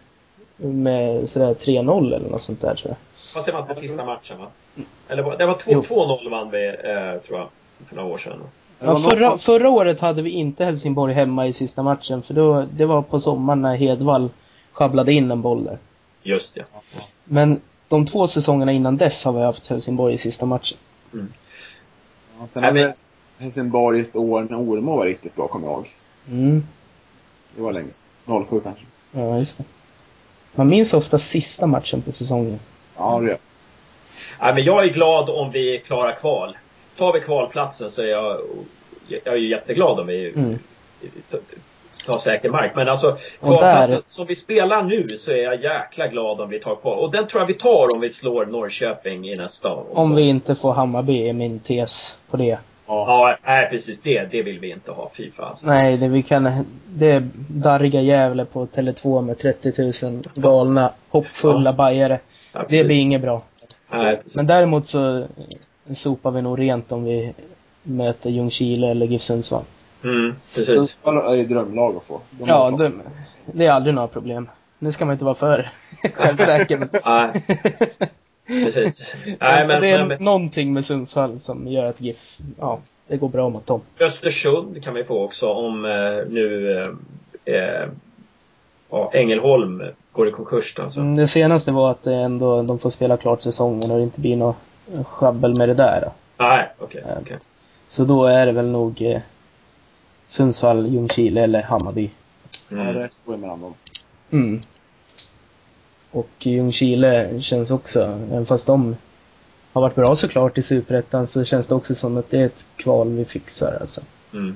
med sådär tre noll eller något sånt där tror jag. Fast det var inte sista matchen va? Eller det var två noll vann vi eh, tror jag för några år sedan. Ja, förra, förra året hade vi inte Helsingborg hemma i sista matchen. För då, det var på sommaren när Hedvall sjabblade in en boll där. Just det. Men de två säsongerna innan dess har vi haft Helsingborg i sista matchen. Mm. Ja, sen hade vi Helsingborg ett år när Ormo var riktigt bra, kommer jag ihåg. Mm. Det var längst. noll sju kanske. Ja, just det. Man minns ofta sista matchen på säsongen. Ja, det är. Ja, men jag är glad om vi klarar kval. Tar vi kvalplatsen så är jag, jag är ju jätteglad om vi mm. tar säker mark. Men alltså, kvalplatsen där... som vi spelar nu så är jag jäkla glad om vi tar kval. Och den tror jag vi tar om vi slår Norrköping i nästa år. Om vi inte får Hammarby är min tes på det. Ja, nej, precis det. Det vill vi inte ha. FIFA alltså. Nej, det vi kan... Det är darriga jävlar på Tele två med trettio tusen galna, hoppfulla ja. bajare. Ja, det blir inget bra. Nej, men däremot så sopar vi nog rent om vi möter Ljungskile eller GIF Sundsvall. Mm, precis. Det är ju drömlag att få. De ja, det, det är aldrig några problem. Nu ska man inte vara för självsäker. Nej. Precis. Nej, men, det är men, någonting med Sundsvall som gör att GIF, ja, det går bra mot dem. Östersund kan vi få också om eh, nu eh, ja, Ängelholm går i konkurs alltså. Mm, det senaste var att ändå de får spela klart säsongen och det inte blir något schabbel med det där. Då. Nej, okej. Okay, okay. Så då är det väl nog eh, Sundsvall, Ljungskile eller Hammarby. Mm. Ja, det är ett poäng mellan dem. Mm. Och Ljungskile känns också, även fast de har varit bra såklart i Superettan, så känns det också som att det är ett kval vi fixar alltså. Mm.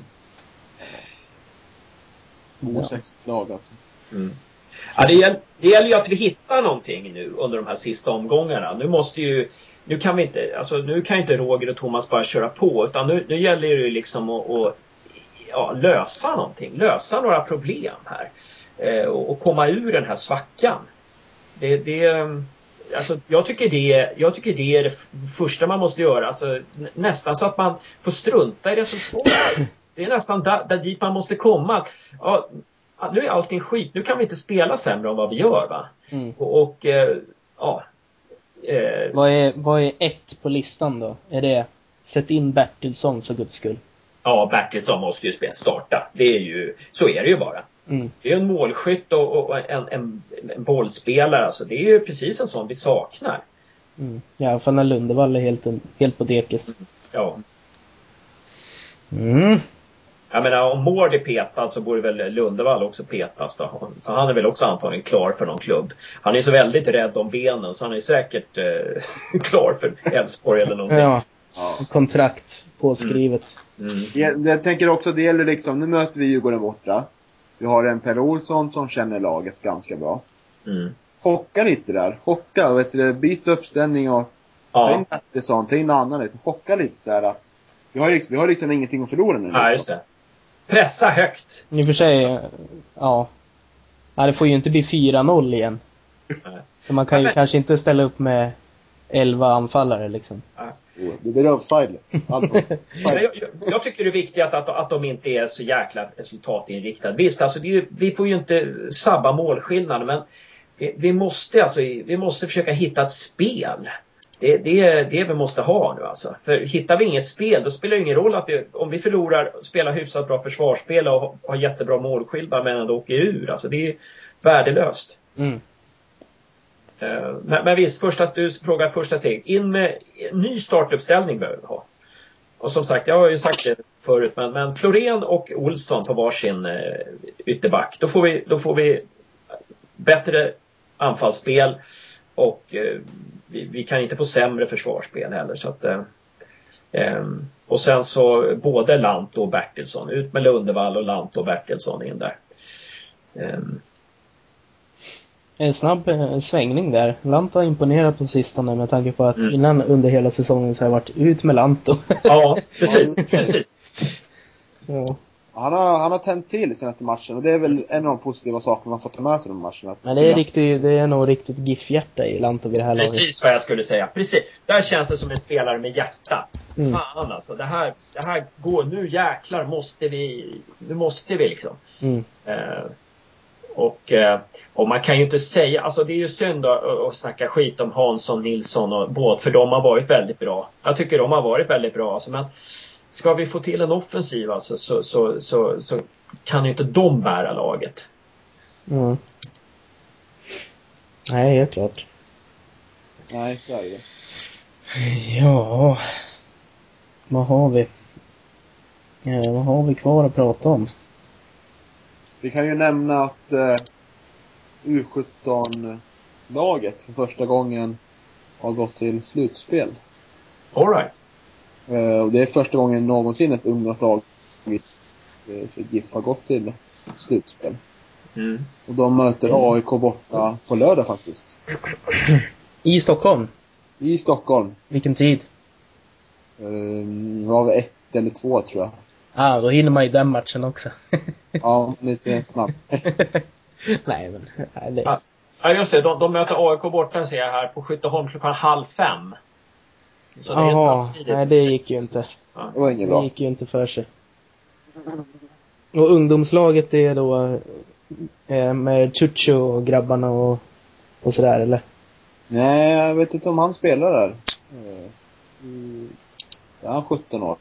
Osäkert lag alltså. Mm. Ja, det, gäll, det gäller ju att vi hittar någonting nu under de här sista omgångarna. Nu måste ju, nu kan vi inte, alltså nu kan inte Roger och Thomas bara köra på, utan nu, nu gäller det ju liksom att, att ja, lösa någonting, lösa några problem här eh, och, och komma ur den här svackan. Det, det, alltså, jag tycker det, jag tycker det är det första man måste göra, alltså nästan så att man får strunta i resultatet. Det är nästan där, där dit man måste komma. Ja, nu är allting skit. Nu kan vi inte spela sämre än vad vi gör va. Mm. Och, och eh, ja. Eh, vad, är, vad är ett på listan då? Är det sätt in Bertilsson för guds skull? Ja, Bertilsson måste ju spela, starta. Det är ju, så är det ju bara. Mm. Det är en målskytt och, och en, en, en bollspelare. Alltså, det är ju precis en sån vi saknar. Mm. Ja, för när Lundevall är helt, helt på dekis. Mm. Ja. Mm. Jag menar, om Mård är petad så borde väl Lundevall också petas då. Han är väl också antagligen klar för någon klubb. Han är så väldigt rädd om benen så han är säkert eh, klar för Elfsborg eller någonting. Ja, kontrakt påskrivet. Mm. Mm. Jag, jag tänker också, det gäller liksom, nu möter vi Djurgården borta. Vi har en Per Olsson som känner laget ganska bra. Mm. Hocka lite där. Hocka, vet du, byta uppställning och Ta in Pettersson, ta in annan liksom. Chocka lite så här att vi har, liksom, vi har liksom ingenting att förlora nu. Ja, just det. Pressa högt. I och för sig, ja. Ja, det får ju inte bli fyra noll igen. Nej. Så man kan ju men... kanske inte ställa upp med elva anfallare liksom. Ja. Det blir offside. jag, jag, jag tycker det är viktigt att, att, att de inte är så jäkla resultatinriktade. Visst, alltså, det är ju, vi får ju inte sabba målskillnaden, men vi, vi, måste, alltså, vi måste försöka hitta ett spel. Det, det är det vi måste ha nu alltså. För hittar vi inget spel, då spelar det ingen roll att vi, om vi förlorar, spelar hyfsat bra försvarsspel och har jättebra målskillnad men ändå åker ur. Alltså det är värdelöst. Mm. Men, men visst, första, du frågar första steg. In med ny startuppställning behöver vi ha. Och som sagt, jag har ju sagt det förut, men, men Florén och Olsson på varsin eh, ytterback. Då får vi, då får vi bättre anfallsspel och eh, vi, vi kan inte få sämre försvarsspel heller. Så att, eh, eh, och sen så både Lant och Bertilsson. Ut med Lundevall och Lant och Bertilsson in där. Eh, En snabb eh, svängning där. Lant har imponerat på sistone med tanke på att mm. innan under hela säsongen så har jag varit ut med Lanto. Ja, precis. precis. Ja. Han har, han har tänt till sen efter matchen och det är väl en av de positiva sakerna man får ta med sig de matcherna. Men det är, riktigt, det är nog riktigt GIF-hjärta i Lanto vid det här laget. Precis vad jag skulle säga. Precis. Där känns det som en spelare med hjärta. Mm. Fan alltså. Det här, det här går. Nu jäklar måste vi. Nu måste vi liksom. Mm. Eh, och, eh, och man kan ju inte säga. Alltså det är ju synd att, att snacka skit om Hansson, Nilsson och Båt. För de har varit väldigt bra. Jag tycker de har varit väldigt bra. Alltså, men ska vi få till en offensiv alltså, så, så, så, så kan ju inte de bära laget. Mm. Nej, helt klart. Nej, så är det. Ja. Vad har vi? Ja, vad har vi kvar att prata om? Vi kan ju nämna att eh, U sjutton-laget för första gången har gått till slutspel. All right. Eh, och det är första gången någonsin ett ungdomslag eh, för GIF har gått till slutspel. Mm. Och de möter A I K borta på lördag faktiskt. I Stockholm? I Stockholm. Vilken tid? Eh, det var väl ett eller två tror jag. Ah, då hinner man ju den matchen också. Ja, lite snabbt. Nej, men... Nej, det... Ja, just det. De, de möter A I K borta, ser jag här, på Skytteholm klockan halv fem. Så det Aha, är nej, det gick ju inte. Ja. Det var inget bra. Det gick ju inte för sig. Och ungdomslaget är då eh, med Chucho och grabbarna och, och sådär, eller? Nej, jag vet inte om han spelar där. Mm. Ja, han är sjutton år.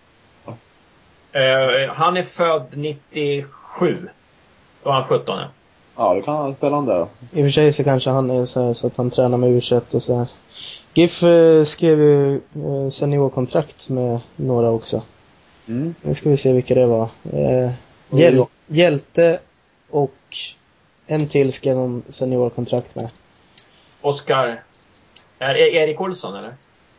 Uh, han är född nittiosju. Då är han sjutton, ja. Ja, då kan han spela han där då. I och för sig så kanske han är så, här, så att han tränar med U tjugoett och så här. GIF eh, skrev ju eh, seniorkontrakt med några också. Mm. Nu ska vi se vilka det var. Eh, Hjäl- Hjälte och en till skrev de seniorkontrakt med. Oskar. Är det Erik Olsson, eller?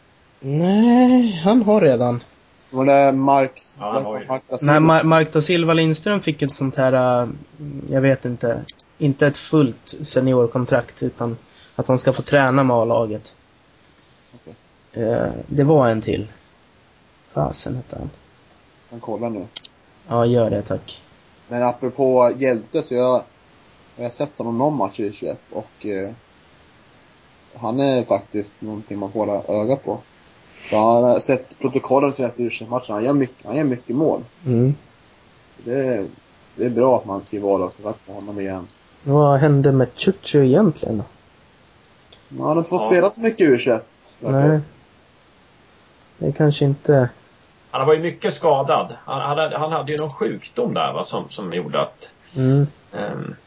Nej, han har redan. Var det Mark? Ja, han har ju. Mark da Nej, Mar- Mark da Silva Lindström fick ett sånt här, uh, jag vet inte, inte ett fullt seniorkontrakt utan att han ska få träna med A-laget. Okay. Uh, det var en till. Fasen heter han. Han kollar nu. Ja, gör det, tack. Men apropå Hjälte så jag, jag har sett honom någon match i tjugoett och uh, han är faktiskt någonting man får hålla öga på. Så han har sett protokollen till efter U tjugoett-matchen. Han gör mycket, han gör mycket mål. Mm. Så det är, det är bra att man skriver av på honom igen. Vad hände med Chucho egentligen då? Ja, han har inte fått ja. spela så mycket U tjugoett. Nej. Det är kanske inte... Han var ju mycket skadad. Han hade, han hade ju någon sjukdom där, va, som, som gjorde att... Mm. Um,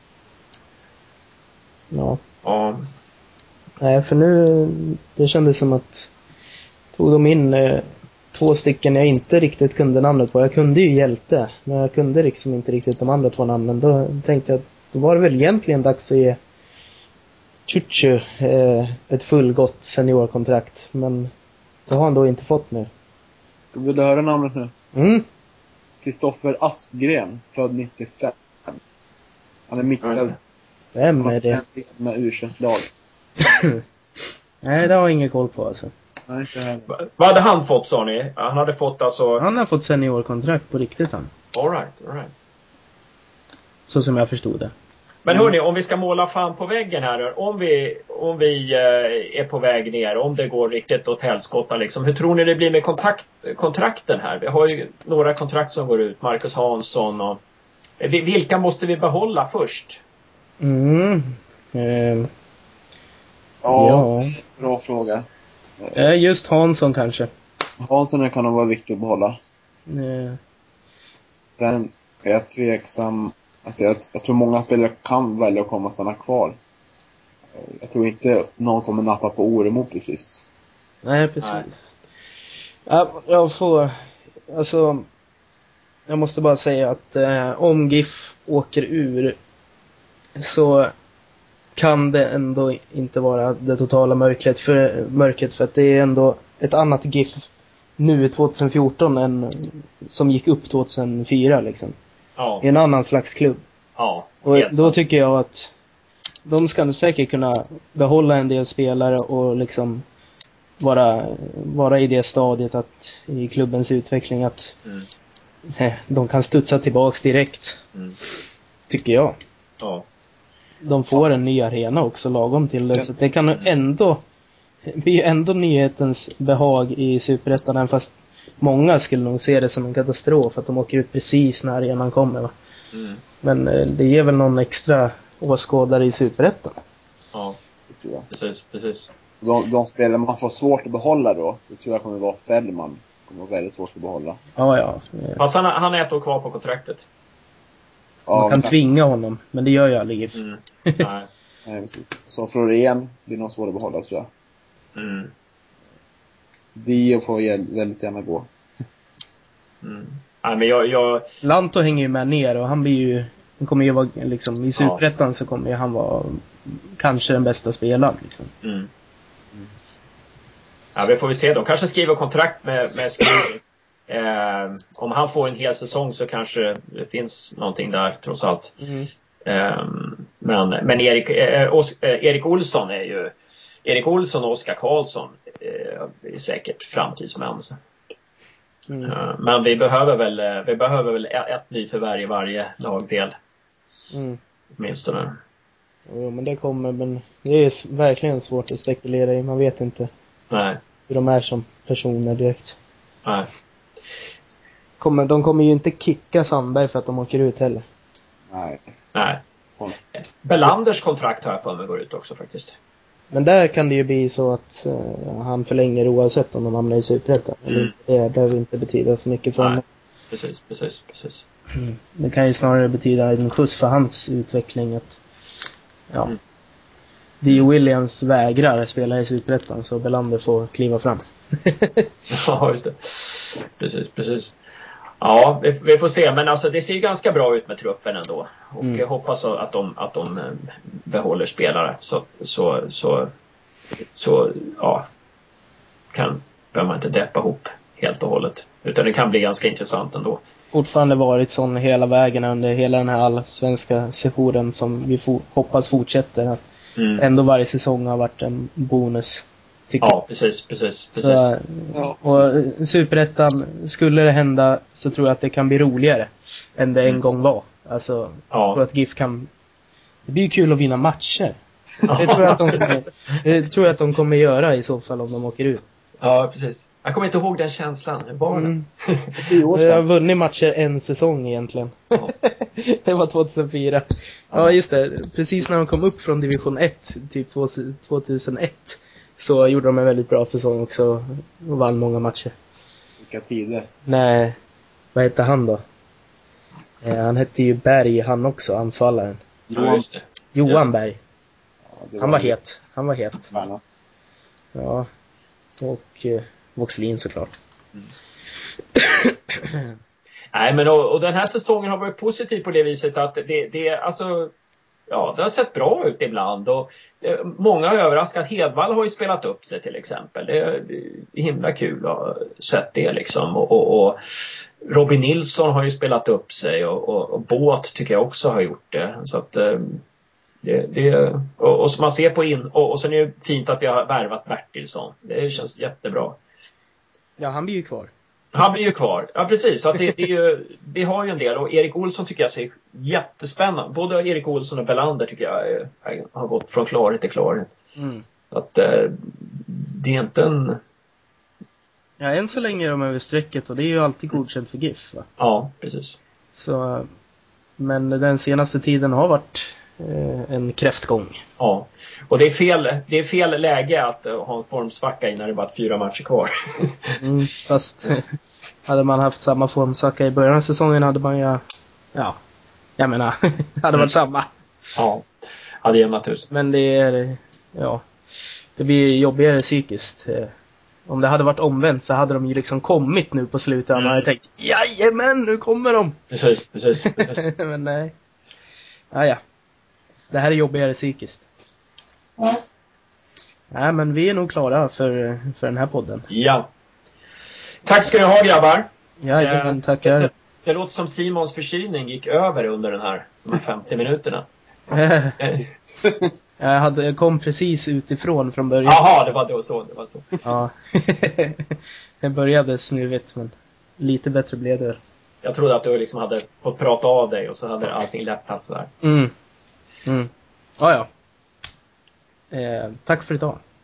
ja. Ja. Nej, för nu... Det kändes som att... Tog de in eh, två stycken jag inte riktigt kunde namnet på. Jag kunde ju Hjälte, men jag kunde liksom inte riktigt de andra två namnen. Då tänkte jag att då var det väl egentligen dags att ge Chuchu eh, ett fullgott seniorkontrakt. Men det har han då inte fått nu. Du vill höra namnet nu? Mm. Kristoffer Aspgren, född nittiofem. Han är mittfältare. Vem är det? Med U tjugoett-lag. Nej, det har jag ingen koll på alltså. Nej, inte heller. Va, vad hade han fått, sa ni? Han hade fått alltså... Han har fått seniorkontrakt på riktigt han. All right, all right. Så som jag förstod det. Men hörni, om vi ska måla fan på väggen här, om vi, om vi eh, är på väg ner, om det går riktigt åt helskotta liksom, hur tror ni det blir med kontakt, kontrakten här? Vi har ju några kontrakt som går ut, Marcus Hansson och... Vilka måste vi behålla först? Mm. Eh, Ja, ja. bra fråga. Eh, just Hansson kanske. Hansson kan nog vara viktig att behålla. Eh, Den är jag tveksam. Alltså jag, jag tror många spelare kan välja att komma och stanna kvar. Jag tror inte någon kommer nappa på Oremo precis. nej, precis. Ja, jag får... Alltså... Jag måste bara säga att eh, om GIF åker ur så kan det ändå inte vara det totala mörkret för, mörkret för att det är ändå ett annat GIF nu tjugo fjorton än som gick upp tjugohundrafyra liksom. Ja. I en annan slags klubb. Ja. Och då sant. tycker jag att de ska säkert kunna behålla en del spelare och liksom vara, vara i det stadiet att i klubbens utveckling att Mm. de kan studsa tillbaks direkt. Mm. Tycker jag. Ja. De får en ny arena också lagom till det. Så det kan ändå bli ändå nyhetens behag i Superettan. Även fast många skulle nog se det som en katastrof att de åker ut precis när arenan kommer. Va? Mm. Men det ger väl någon extra åskådare i Superettan. Ja. Det tror jag. Precis, precis. De, de spelare man får svårt att behålla då, det tror jag kommer vara Fällman. Kommer vara väldigt svårt att behålla. Ja, ja. Fast han, han är ett år kvar på kontraktet. Man Ja, kan men- tvinga honom, men det gör ju aldrig GIF. Mm. Nej. Nej, precis. Så Florén blir nog svår att behålla, tror jag. Mm. Dio får gä- väldigt gärna gå. Mm. Nej, men jag... jag Lanto hänger ju med ner och han blir ju han kommer ju vara liksom i Superettan så kommer ju han vara kanske den bästa spelaren liksom. mm. Ja, vi får vi se. De kanske skriver kontrakt med, med Skruv. Eh, om han får en hel säsong så kanske det finns någonting där trots allt. Mm. Eh, men men Erik, eh, Os, eh, Erik Olsson är ju Erik Olsson och Oskar Karlsson eh, är säkert framtidsmän. Mm. Eh, men vi behöver väl eh, vi behöver väl ett, ett nyförvärv i varje lagdel Mm. åtminstone. Jo, men det kommer, men det är s- verkligen svårt att spekulera i. Man vet inte Nej, hur de är som personer direkt. nej. Kommer, de kommer ju inte kicka Sandberg för att de åker ut heller. Nej. Nej. Kom. Belanders kontrakt har jag för mig går ut också faktiskt. Men där kan det ju bli så att uh, han förlänger oavsett om de hamnar i Superettan. Eller Mm. inte. Det behöver inte betyda så mycket för Nej. honom. Precis, precis, precis. Mm. Det kan ju snarare betyda en skjuts för hans utveckling att ja. Mm. Dio Williams vägrar spela i Superettan så Belander får kliva fram. Ja, just det. Precis, precis. Ja, vi, vi får se. Men alltså det ser ju ganska bra ut med truppen ändå. Och Mm. jag hoppas att de, att de eh, behåller spelare. Så, att- så, så, så ja, kan, behöver man inte deppa ihop helt och hållet. Utan det kan bli ganska intressant ändå. Fortfarande varit sån hela vägen under hela den här allsvenska sessionen som vi fo- hoppas fortsätter. Att Mm. ändå varje säsong har varit en bonus. Tycker Ja, precis, precis, precis. Så, Ja, och Superettan, skulle det hända så tror jag att det kan bli roligare än det en Mm. gång var. Alltså, Ja. jag tror att GIF kan... Det blir ju kul att vinna matcher. Det tror jag att de kommer, det tror jag att de kommer göra i så fall om de åker ut. Ja, precis. Jag kommer inte ihåg den känslan. Hur var den? Mm. tio år Jag har sedan. vunnit matcher en säsong egentligen. Ja. Det var tjugohundrafyra. Ja, just det. Precis när de kom upp från division ett, typ tjugohundraett, så gjorde de en väldigt bra säsong också och vann många matcher. Vilka tider. Nej, vad hette han då? Eh, han hette ju Berg, han också, anfallaren. Ja, just det. Johan Just det. Berg. Ja, det Han var het. Han var het. Stjärna. Ja. Och eh, Voxlin såklart. Nej, men och, och den här säsongen har varit positiv på det viset att det, det alltså, ja, det har sett bra ut ibland och eh, många har överraskat. Hedvall har ju spelat upp sig till exempel. Det är, det är himla kul att ha sett det liksom. Och, och, och Robin Nilsson har ju spelat upp sig och, och, och Båt tycker jag också har gjort det. Så att eh, Det, det, och, och som man ser på in och, och sen är det fint att vi har värvat Bertilsson. Det känns jättebra. Ja, han blir ju kvar. Han blir ju kvar. Ja, precis. Så att det, det, är ju, det har ju en del. Och Erik Olsson tycker jag ser jättespännande. Både Erik Olsson och Bellander tycker jag är, har gått från klarhet till klarhet. Mm. Att eh, det är inte en... Ja, än så länge är de över strecket och det är ju alltid godkänt för GIF, va? Ja, precis. Så, men den senaste tiden har varit eh, en kräftgång. Ja, och det är fel, det är fel läge att uh, ha en formsvacka innan det bara fyra matcher kvar. Mm, fast hade man haft samma formsvacka i början av säsongen hade man ju, ja, jag menar, hade varit samma. Ja, hade jämnat tusen. Men det är, ja, det blir jobbigare psykiskt. Om det hade varit omvänt så hade de ju liksom kommit nu på slutet. Mm. Man hade tänkt, jajamän, nu kommer de. Precis, precis. precis. Men nej. Ja, ja. Det här är jobbigare psykiskt. Ja. Nej, men vi är nog klara för, för den här podden. Ja. Tack ska ni ha, grabbar. Ja, eh, tackar. Det, det låter som Simons förkylning gick över under den här, de här femtio minuterna. Jag, hade, jag kom precis utifrån från början. Jaha, det var då så. Det var så. Ja. Det började snuvigt, men lite bättre blev det. Jag trodde att du liksom hade fått prata av dig och så hade allting lättat sådär. Mm. Mm. Ja, ja. Eh, tack för idag.